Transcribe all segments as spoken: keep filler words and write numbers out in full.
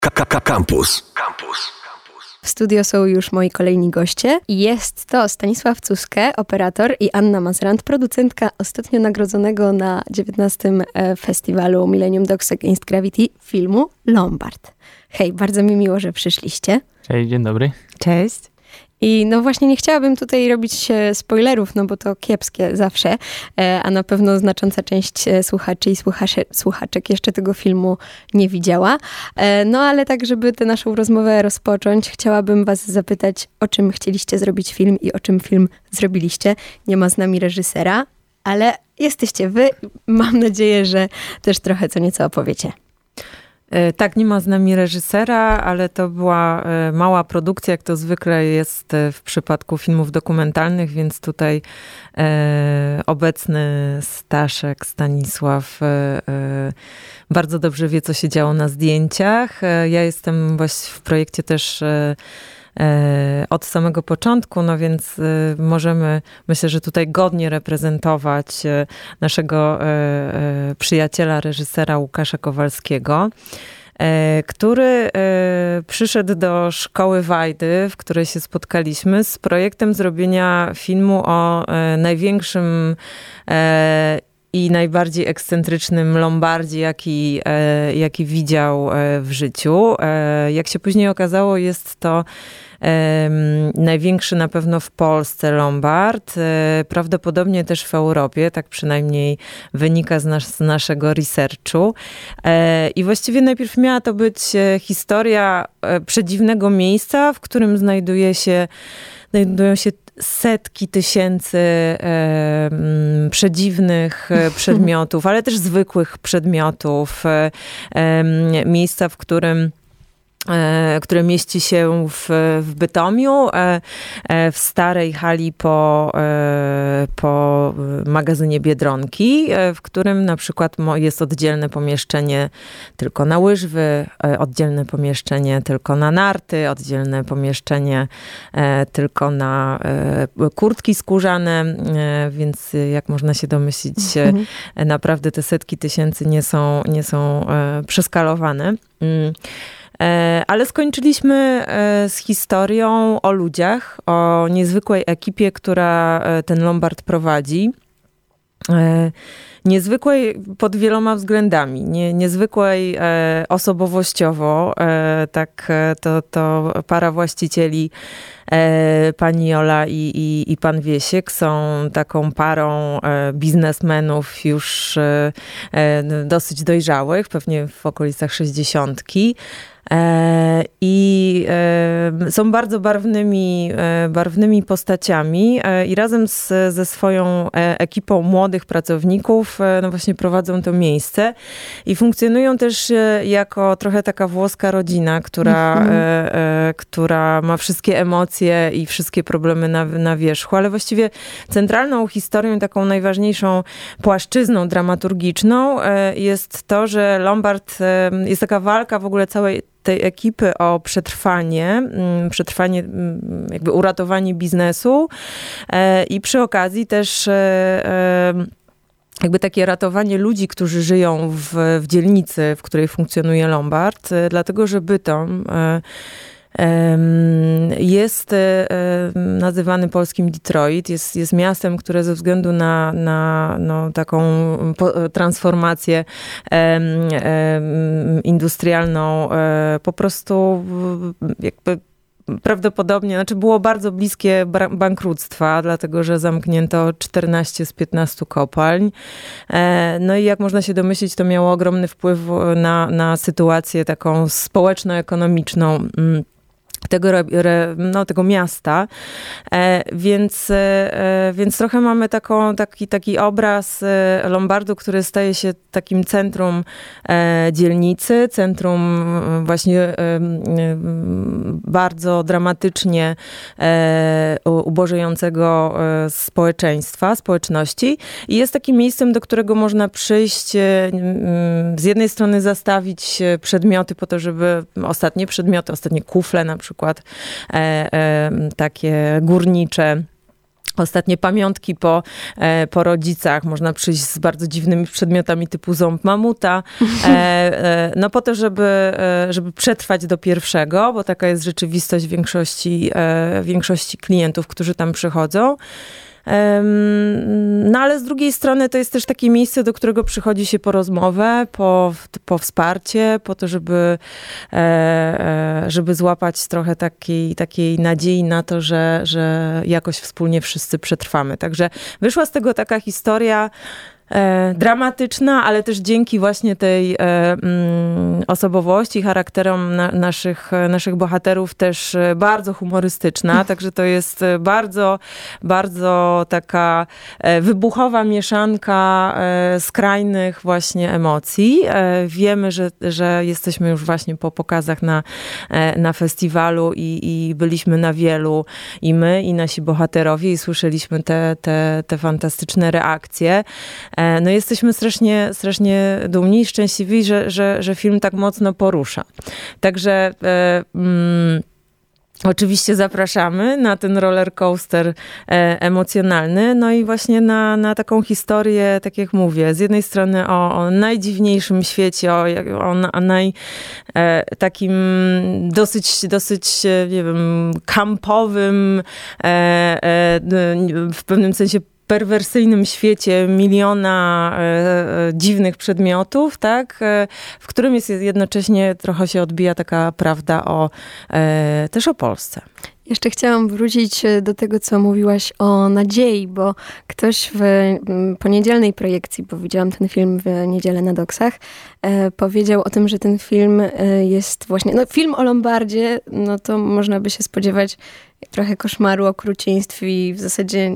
Campus. Campus. W studio są już moi kolejni goście. Jest to Stanisław Cuskę, operator, i Anna Mazrant, producentka ostatnio nagrodzonego na dziewiętnastym festiwalu Millennium Dogs Against Gravity filmu Lombard. Hej, bardzo mi miło, że przyszliście. Cześć, dzień dobry. Cześć. I no właśnie nie chciałabym tutaj robić spoilerów, no bo to kiepskie zawsze, a na pewno znacząca część słuchaczy i słuchaczy, słuchaczek jeszcze tego filmu nie widziała. No ale tak, żeby tę naszą rozmowę rozpocząć, chciałabym was zapytać, o czym chcieliście zrobić film i o czym film zrobiliście. Nie ma z nami reżysera, ale jesteście wy. Mam nadzieję, że też trochę co nieco opowiecie. Tak, nie ma z nami reżysera, ale to była mała produkcja, jak to zwykle jest w przypadku filmów dokumentalnych, więc tutaj e, obecny Staszek, Stanisław e, bardzo dobrze wie, co się działo na zdjęciach. Ja jestem właśnie w projekcie też e, od samego początku, no więc możemy, myślę, że tutaj godnie reprezentować naszego przyjaciela, reżysera Łukasza Kowalskiego, który przyszedł do szkoły Wajdy, w której się spotkaliśmy, z projektem zrobienia filmu o największym i najbardziej ekscentrycznym Lombardzie, jaki, jaki widział w życiu. Jak się później okazało, jest to największy na pewno w Polsce Lombard, prawdopodobnie też w Europie, tak przynajmniej wynika z, nas, z naszego researchu. I właściwie najpierw miała to być historia przedziwnego miejsca, w którym znajduje się, znajdują się setki tysięcy e, przedziwnych przedmiotów, ale też zwykłych przedmiotów. E, e, miejsca, w którym które mieści się w, w Bytomiu, w starej hali po, po magazynie Biedronki, w którym na przykład jest oddzielne pomieszczenie tylko na łyżwy, oddzielne pomieszczenie tylko na narty, oddzielne pomieszczenie tylko na kurtki skórzane, więc jak można się domyślić, mhm. naprawdę te setki tysięcy nie są, nie są przeskalowane. Ale skończyliśmy z historią o ludziach, o niezwykłej ekipie, która ten Lombard prowadzi. Niezwykłej pod wieloma względami, nie, niezwykłej e, osobowościowo, e, tak to, to para właścicieli, e, pani Jola i, i, i pan Wiesiek, są taką parą e, biznesmenów już e, dosyć dojrzałych, pewnie w okolicach sześćdziesiątki. I są bardzo barwnymi, barwnymi postaciami i razem z, ze swoją ekipą młodych pracowników no właśnie prowadzą to miejsce i funkcjonują też jako trochę taka włoska rodzina, która, mm-hmm. która ma wszystkie emocje i wszystkie problemy na, na wierzchu, ale właściwie centralną historią, taką najważniejszą płaszczyzną dramaturgiczną jest to, że Lombard jest taka walka w ogóle całej tej ekipy o przetrwanie, przetrwanie, jakby uratowanie biznesu i przy okazji też jakby takie ratowanie ludzi, którzy żyją w, w dzielnicy, w której funkcjonuje Lombard, dlatego że Bytom jest nazywany polskim Detroit, jest, jest miastem, które ze względu na, na no, taką transformację industrialną po prostu jakby prawdopodobnie, znaczy było bardzo bliskie bankructwa, dlatego że zamknięto czternaście z piętnastu kopalń. No i jak można się domyślić, to miało ogromny wpływ na, na sytuację taką społeczno-ekonomiczną tego, no, tego miasta, e, więc, e, więc trochę mamy taką, taki, taki obraz Lombardu, który staje się takim centrum e, dzielnicy, centrum właśnie e, e, bardzo dramatycznie e, ubożejącego e, społeczeństwa, społeczności i jest takim miejscem, do którego można przyjść, e, z jednej strony zastawić przedmioty po to, żeby ostatnie przedmioty, ostatnie kufle na przykład, przykład e, e, takie górnicze Ostatnie pamiątki po, po rodzicach. Można przyjść z bardzo dziwnymi przedmiotami typu ząb mamuta. No po to, żeby, żeby przetrwać do pierwszego, bo taka jest rzeczywistość większości, większości klientów, którzy tam przychodzą. No ale z drugiej strony to jest też takie miejsce, do którego przychodzi się po rozmowę, po, po wsparcie, po to, żeby, żeby złapać trochę takiej, takiej nadziei na to, że, że jakoś wspólnie wszyscy przetrwamy. Także wyszła z tego taka historia E, dramatyczna, ale też dzięki właśnie tej e, mm, osobowości, charakterom na, naszych, naszych bohaterów też bardzo humorystyczna, także to jest bardzo, bardzo taka e, wybuchowa mieszanka e, skrajnych właśnie emocji. E, wiemy, że, że jesteśmy już właśnie po pokazach na, e, na festiwalu i, i byliśmy na wielu, i my, i nasi bohaterowie, i słyszeliśmy te, te, te fantastyczne reakcje. No jesteśmy strasznie, strasznie dumni i szczęśliwi, że, że, że film tak mocno porusza. Także e, mm, oczywiście zapraszamy na ten roller coaster e, emocjonalny, no i właśnie na, na taką historię, tak jak mówię, z jednej strony o, o najdziwniejszym świecie, o, o, o naj, e, takim dosyć, dosyć, nie wiem, kampowym, e, e, w pewnym sensie perwersyjnym świecie miliona e, dziwnych przedmiotów, tak, e, w którym jest jednocześnie trochę się odbija taka prawda o, e, też o Polsce. Jeszcze chciałam wrócić do tego, co mówiłaś o nadziei, bo ktoś w poniedzielnej projekcji, bo widziałam ten film w niedzielę na Doksach, e, powiedział o tym, że ten film jest właśnie, no film o Lombardzie, no to można by się spodziewać trochę koszmaru, okrucieństw i w zasadzie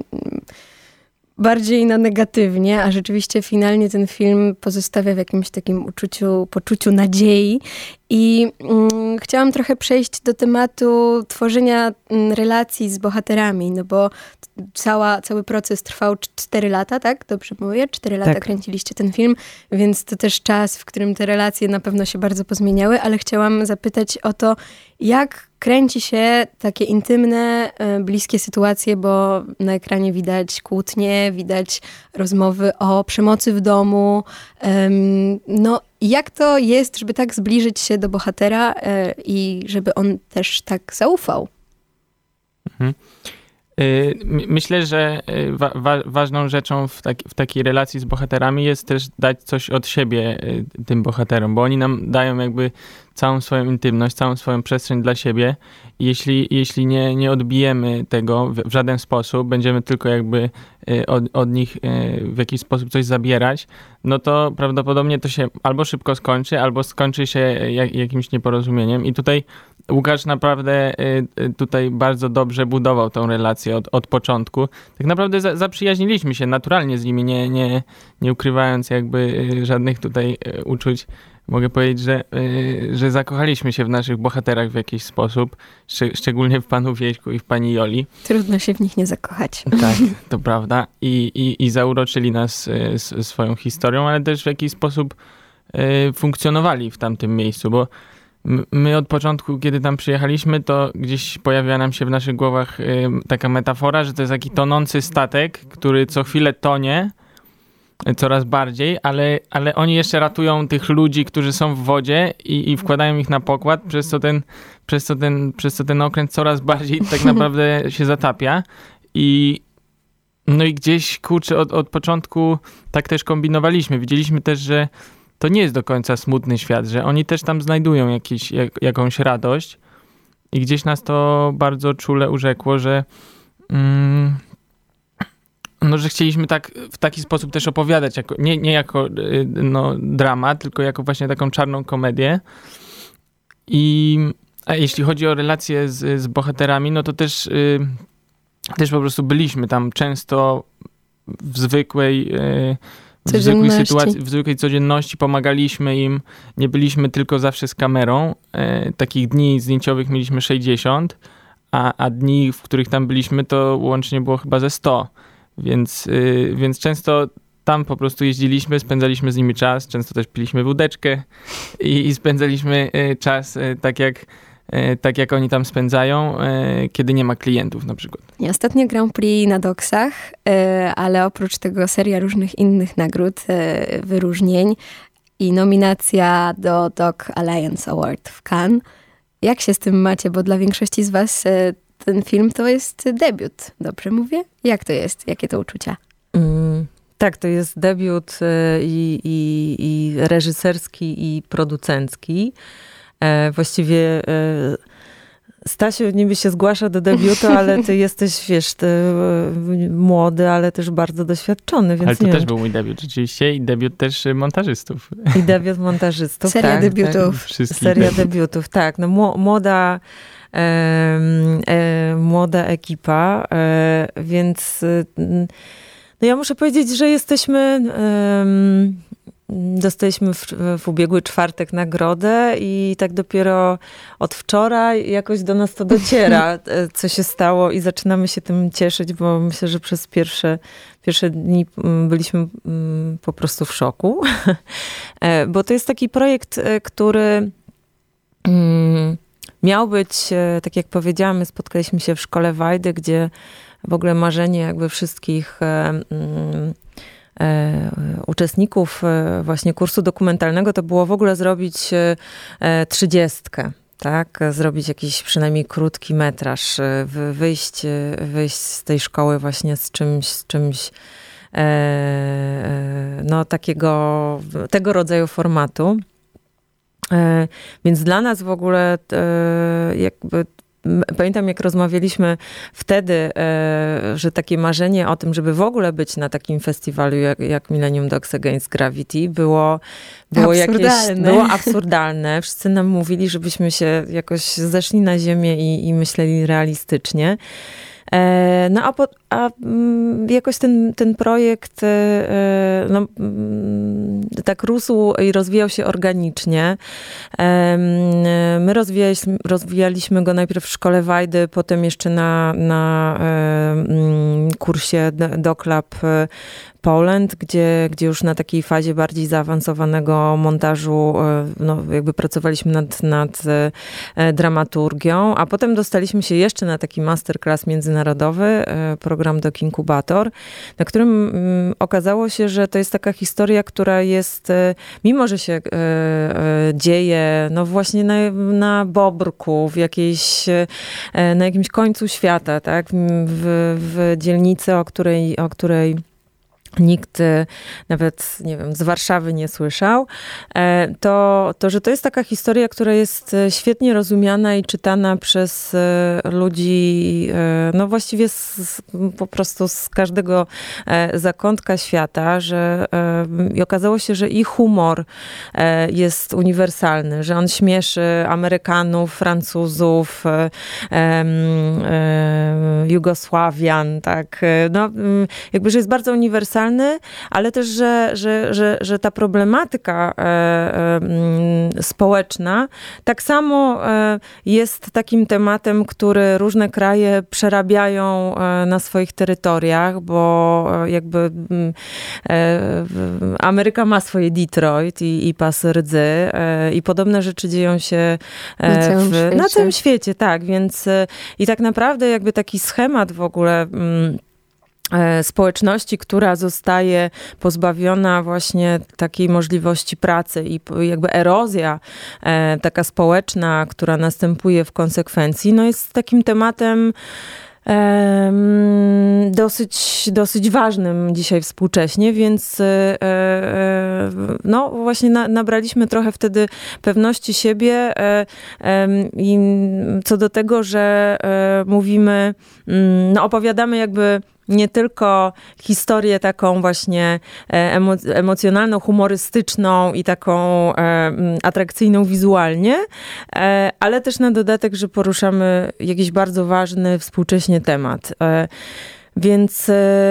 bardziej na negatywnie, a rzeczywiście finalnie ten film pozostawia w jakimś takim uczuciu, poczuciu nadziei. I mm, chciałam trochę przejść do tematu tworzenia mm, relacji z bohaterami, no bo cała, cały proces trwał cztery lata, tak? Dobrze mówię? Cztery lata tak. Kręciliście ten film, więc to też czas, w którym te relacje na pewno się bardzo pozmieniały, ale chciałam zapytać o to, jak kręci się takie intymne, bliskie sytuacje, bo na ekranie widać kłótnie, widać rozmowy o przemocy w domu. No, jak to jest, żeby tak zbliżyć się do bohatera i żeby on też tak zaufał? Mhm. Myślę, że wa- wa- ważną rzeczą w, tak, w takiej relacji z bohaterami jest też dać coś od siebie tym bohaterom, bo oni nam dają jakby całą swoją intymność, całą swoją przestrzeń dla siebie i jeśli, jeśli nie, nie odbijemy tego w, w żaden sposób, będziemy tylko jakby od, od nich w jakiś sposób coś zabierać, no to prawdopodobnie to się albo szybko skończy, albo skończy się jak, jakimś nieporozumieniem i tutaj Łukasz naprawdę tutaj bardzo dobrze budował tą relację od, od początku. Tak naprawdę za, zaprzyjaźniliśmy się naturalnie z nimi, nie, nie, nie ukrywając jakby żadnych tutaj uczuć. Mogę powiedzieć, że, że zakochaliśmy się w naszych bohaterach w jakiś sposób, szczególnie w panu Wieśku i w pani Joli. Trudno się w nich nie zakochać. Tak, to prawda. I, i, i zauroczyli nas swoją historią, ale też w jakiś sposób funkcjonowali w tamtym miejscu, bo my od początku, kiedy tam przyjechaliśmy, to gdzieś pojawiła nam się w naszych głowach taka metafora, że to jest taki tonący statek, który co chwilę tonie, coraz bardziej, ale, ale oni jeszcze ratują tych ludzi, którzy są w wodzie i, i wkładają ich na pokład, przez co ten, przez co ten, przez co ten okręt coraz bardziej tak naprawdę się zatapia. I no i gdzieś, kurczę, od, od początku tak też kombinowaliśmy. Widzieliśmy też, że to nie jest do końca smutny świat, że oni też tam znajdują jakiś, jak, jakąś radość i gdzieś nas to bardzo czule urzekło, że mm, no, że chcieliśmy tak w taki sposób też opowiadać, jako, nie, nie jako no, dramat, tylko jako właśnie taką czarną komedię. I a jeśli chodzi o relacje z, z bohaterami, no to też, y, też po prostu byliśmy tam często w zwykłej, y, w zwykłej sytuacji, w zwykłej codzienności, pomagaliśmy im, nie byliśmy tylko zawsze z kamerą. Y, takich dni zdjęciowych mieliśmy sześćdziesiąt, a, a dni, w których tam byliśmy, to łącznie było chyba ze sto. Więc, yy, więc często tam po prostu jeździliśmy, spędzaliśmy z nimi czas, często też piliśmy wódeczkę i, i spędzaliśmy yy, czas yy, tak jak tak jak oni tam spędzają, kiedy nie ma klientów na przykład. Ostatnio Grand Prix na Docksach, ale oprócz tego seria różnych innych nagród, wyróżnień i nominacja do Dog Alliance Award w Cannes. Jak się z tym macie? Bo dla większości z was ten film to jest debiut. Dobrze mówię? Jak to jest? Jakie to uczucia? Mm, tak, to jest debiut i, i, i reżyserski, i producencki. E, właściwie e, Stasiu niby się zgłasza do debiutu, ale ty jesteś, wiesz, ty, młody, ale też bardzo doświadczony, więc ale to nie też wiem. był mój debiut rzeczywiście i debiut też montażystów. I debiut montażystów, Seria tak. debiutów. Tak, Seria debiutów, tak. No, młoda, e, e, młoda ekipa, e, więc e, no ja muszę powiedzieć, że jesteśmy... E, Dostaliśmy w, w ubiegły czwartek nagrodę i tak dopiero od wczoraj jakoś do nas to dociera, co się stało i zaczynamy się tym cieszyć, bo myślę, że przez pierwsze, pierwsze dni byliśmy po prostu w szoku. Bo to jest taki projekt, który miał być, tak jak powiedziałam, my spotkaliśmy się w Szkole Wajdy, gdzie w ogóle marzenie jakby wszystkich E, uczestników e, właśnie kursu dokumentalnego to było w ogóle zrobić e, trzydziestkę, tak? Zrobić jakiś przynajmniej krótki metraż, e, wyjść, wyjść z tej szkoły właśnie z czymś, z czymś e, no takiego, tego rodzaju formatu. E, więc dla nas w ogóle e, jakby pamiętam, jak rozmawialiśmy wtedy, że takie marzenie o tym, żeby w ogóle być na takim festiwalu jak, jak Millennium Dogs Against Gravity było, było jakieś było absurdalne. Wszyscy nam mówili, żebyśmy się jakoś zeszli na ziemię i, i myśleli realistycznie. No a, po, a jakoś ten, ten projekt no, tak rósł i rozwijał się organicznie. My rozwijaliśmy, rozwijaliśmy go najpierw w Szkole Wajdy, potem jeszcze na, na kursie DocLab Poland, gdzie, gdzie już na takiej fazie bardziej zaawansowanego montażu no, jakby pracowaliśmy nad, nad dramaturgią, a potem dostaliśmy się jeszcze na taki masterclass międzynarodowy, program Doc Incubator, na którym okazało się, że to jest taka historia, która jest, mimo że się dzieje no właśnie na, na Bobrku, w jakiejś, na jakimś końcu świata, tak, w, w dzielnicy, o której, o której nikt nawet, nie wiem, z Warszawy nie słyszał, to, to, że to jest taka historia, która jest świetnie rozumiana i czytana przez ludzi, no właściwie z, po prostu z każdego zakątka świata, że i okazało się, że ich humor jest uniwersalny, że on śmieszy Amerykanów, Francuzów, Jugosławian, tak, no jakby, że jest bardzo uniwersalny, ale też, że, że, że, że ta problematyka e, e, społeczna tak samo e, jest takim tematem, który różne kraje przerabiają e, na swoich terytoriach, bo e, jakby e, Ameryka ma swoje Detroit i, i pasy rdzy e, i podobne rzeczy dzieją się e, na, całym w, na całym świecie, tak, więc e, i tak naprawdę jakby taki schemat w ogóle m, społeczności, która zostaje pozbawiona właśnie takiej możliwości pracy i jakby erozja e, taka społeczna, która następuje w konsekwencji, no jest takim tematem e, dosyć, dosyć ważnym dzisiaj współcześnie, więc e, e, no właśnie na, nabraliśmy trochę wtedy pewności siebie e, e, i co do tego, że e, mówimy, no opowiadamy jakby nie tylko historię taką właśnie emo- emocjonalną, humorystyczną i taką e, atrakcyjną wizualnie, e, ale też na dodatek, że poruszamy jakiś bardzo ważny współcześnie temat. E, Więc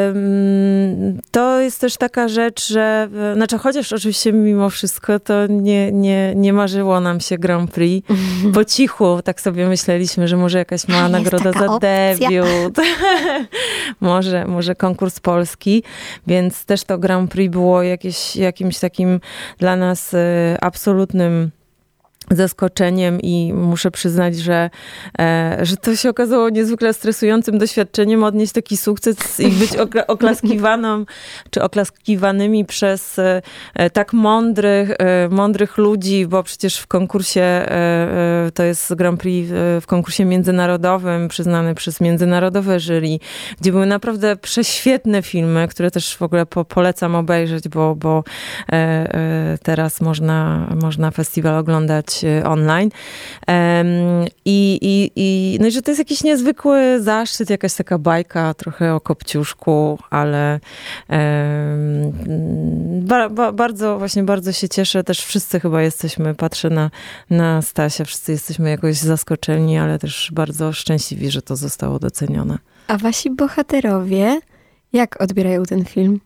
to jest też taka rzecz, że, znaczy chociaż oczywiście mimo wszystko to nie, nie, nie marzyło nam się Grand Prix. Po cichu tak sobie myśleliśmy, że może jakaś mała nagroda za opcja. Debiut. może, może konkurs polski. Więc też to Grand Prix było jakieś, jakimś takim dla nas absolutnym zaskoczeniem i muszę przyznać, że, e, że to się okazało niezwykle stresującym doświadczeniem odnieść taki sukces i być okla- oklaskiwaną, czy oklaskiwanymi przez e, tak mądrych, e, mądrych ludzi, bo przecież w konkursie, e, e, to jest Grand Prix w, w konkursie międzynarodowym, przyznany przez międzynarodowe jury, gdzie były naprawdę prześwietne filmy, które też w ogóle po, polecam obejrzeć, bo, bo e, e, teraz można, można festiwal oglądać online. I, i, i, no i że to jest jakiś niezwykły zaszczyt, jakaś taka bajka, trochę o Kopciuszku, ale um, ba, ba, bardzo, właśnie bardzo się cieszę. Też wszyscy chyba jesteśmy, patrzę na, na Stasia, wszyscy jesteśmy jakoś zaskoczeni, ale też bardzo szczęśliwi, że to zostało docenione. A wasi bohaterowie, jak odbierają ten film?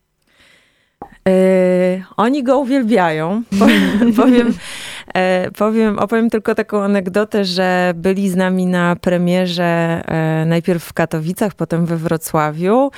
Yy, oni go uwielbiają. Powiem, powiem, e, powiem, opowiem tylko taką anegdotę, że byli z nami na premierze e, najpierw w Katowicach, potem we Wrocławiu,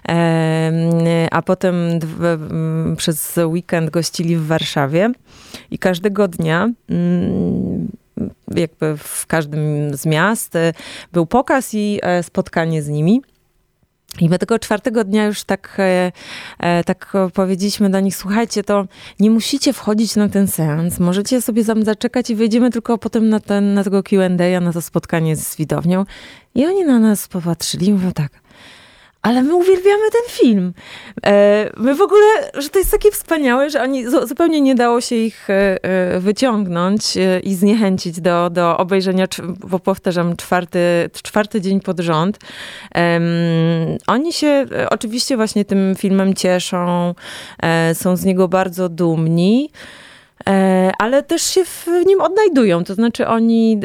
e, a potem d- m, przez weekend gościli w Warszawie i każdego dnia m, jakby w każdym z miast był pokaz i e, spotkanie z nimi. I my tego czwartego dnia już tak, e, e, tak powiedzieliśmy do nich, słuchajcie, to nie musicie wchodzić na ten seans, możecie sobie tam zaczekać i wyjdziemy tylko potem na, ten, na tego Q and A, na to spotkanie z widownią. I oni na nas popatrzyli i mówią tak, ale my uwielbiamy ten film. E, my w ogóle, że to jest takie wspaniałe, że oni z, zupełnie nie dało się ich e, wyciągnąć e, i zniechęcić do, do obejrzenia, bo powtarzam, czwarty, czwarty dzień pod rząd. E, oni się e, oczywiście właśnie tym filmem cieszą, e, są z niego bardzo dumni. Ale też się w nim odnajdują. To znaczy oni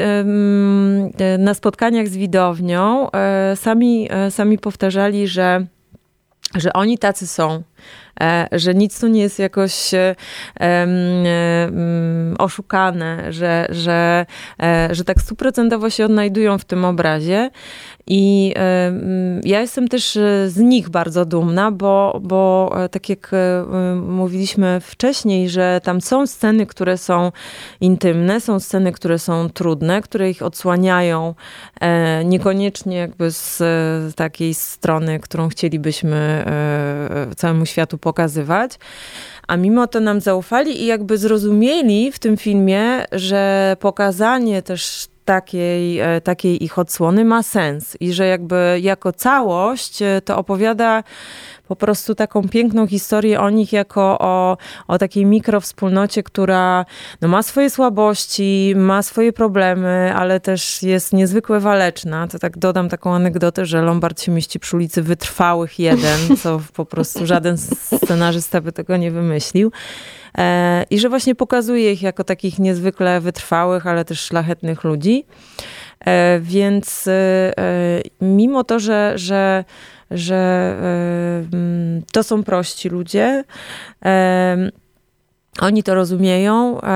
na spotkaniach z widownią sami, sami powtarzali, że, że oni tacy są. Że nic tu nie jest jakoś um, um, oszukane, że, że, że tak stuprocentowo się odnajdują w tym obrazie. I um, ja jestem też z nich bardzo dumna, bo, bo tak jak um, mówiliśmy wcześniej, że tam są sceny, które są intymne, są sceny, które są trudne, które ich odsłaniają e, niekoniecznie jakby z, z takiej strony, którą chcielibyśmy e, całemu światu pokazywać, a mimo to nam zaufali i jakby zrozumieli w tym filmie, że pokazanie też takiej, takiej ich odsłony ma sens i że jakby jako całość to opowiada po prostu taką piękną historię o nich jako o, o takiej mikrowspólnocie, która no, ma swoje słabości, ma swoje problemy, ale też jest niezwykle waleczna. To tak dodam taką anegdotę, że Lombard się mieści przy ulicy Wytrwałych jeden, co po prostu żaden scenarzysta by tego nie wymyślił. E, I że właśnie pokazuje ich jako takich niezwykle wytrwałych, ale też szlachetnych ludzi. E, więc e, mimo to, że, że że y, to są prości ludzie. Y, oni to rozumieją, y,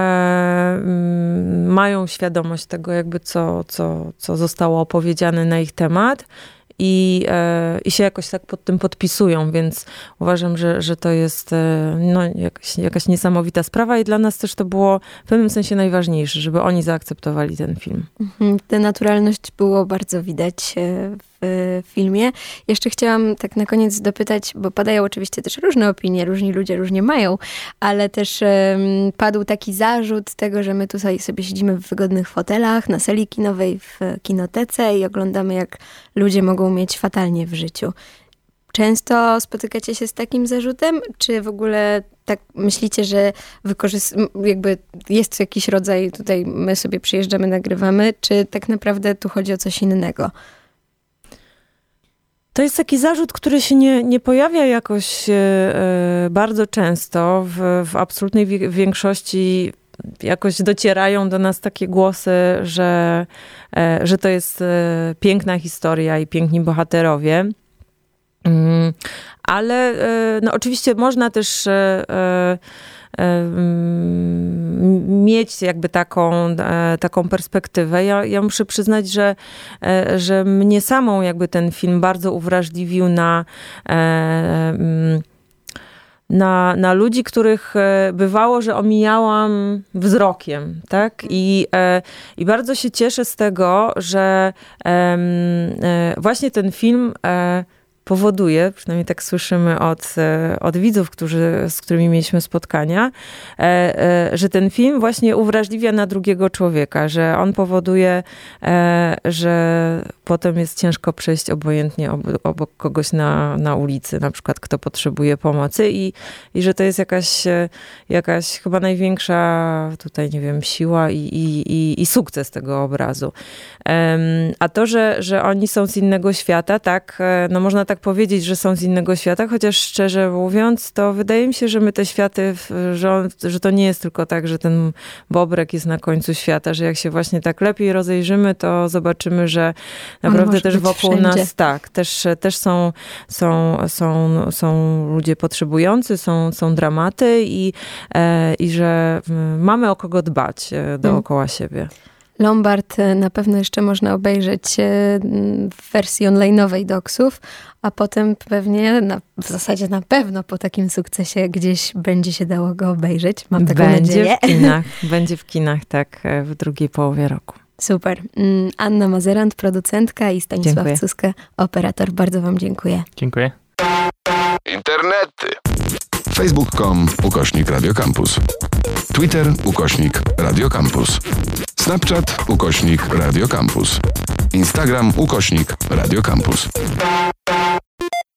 y, mają świadomość tego, jakby co, co, co zostało opowiedziane na ich temat i, y, i się jakoś tak pod tym podpisują, więc uważam, że, że to jest y, no, jakaś, jakaś niesamowita sprawa i dla nas też to było w pewnym sensie najważniejsze, żeby oni zaakceptowali ten film. Mhm, tę naturalność było bardzo widać w filmie. Jeszcze chciałam tak na koniec dopytać, bo padają oczywiście też różne opinie, różni ludzie różnie mają, ale też um, padł taki zarzut tego, że my tutaj sobie siedzimy w wygodnych fotelach na sali kinowej w kinotece i oglądamy, jak ludzie mogą mieć fatalnie w życiu. Często spotykacie się z takim zarzutem, czy w ogóle tak myślicie, że wykorzys- jakby jest jakiś rodzaj, tutaj my sobie przyjeżdżamy, nagrywamy, czy tak naprawdę tu chodzi o coś innego? To jest taki zarzut, który się nie, nie pojawia jakoś e, bardzo często. W, w absolutnej większości jakoś docierają do nas takie głosy, że, e, że to jest e, piękna historia i piękni bohaterowie. Mm, ale e, no, oczywiście można też e, e, mieć jakby taką, taką perspektywę. Ja, ja muszę przyznać, że, że mnie samą jakby ten film bardzo uwrażliwił na na, na ludzi, których bywało, że omijałam wzrokiem, tak? I, i bardzo się cieszę z tego, że właśnie ten film powoduje, przynajmniej tak słyszymy od, od widzów, którzy, z którymi mieliśmy spotkania, że ten film właśnie uwrażliwia na drugiego człowieka, że on powoduje, że potem jest ciężko przejść obojętnie obok kogoś na, na ulicy, na przykład kto potrzebuje pomocy i, i że to jest jakaś, jakaś chyba największa tutaj, nie wiem, siła i, i, i, i sukces tego obrazu. A to, że, że oni są z innego świata, tak, no można tak powiedzieć, że są z innego świata, chociaż szczerze mówiąc, to wydaje mi się, że my te światy, że, on, że to nie jest tylko tak, że ten bobrek jest na końcu świata, że jak się właśnie tak lepiej rozejrzymy, to zobaczymy, że naprawdę też wokół wszędzie. nas, tak, też, też są, są, są, są ludzie potrzebujący, są, są dramaty i, e, i że mamy o kogo dbać dookoła hmm. siebie. Lombard na pewno jeszcze można obejrzeć w wersji online'owej Doksów, a potem pewnie, na, w zasadzie na pewno po takim sukcesie gdzieś będzie się dało go obejrzeć. Mam taką będzie nadzieję. W kinach, będzie w kinach, tak, w drugiej połowie roku. Super. Anna Mazerant, producentka i Stanisław dziękuję. Cuska, operator. Bardzo wam dziękuję. Dziękuję. Internety. Facebook kropka com ukośnik Radio Campus. Twitter ukośnik Radio Campus. Snapchat ukośnik Radio Campus. Instagram ukośnik Radio Campus.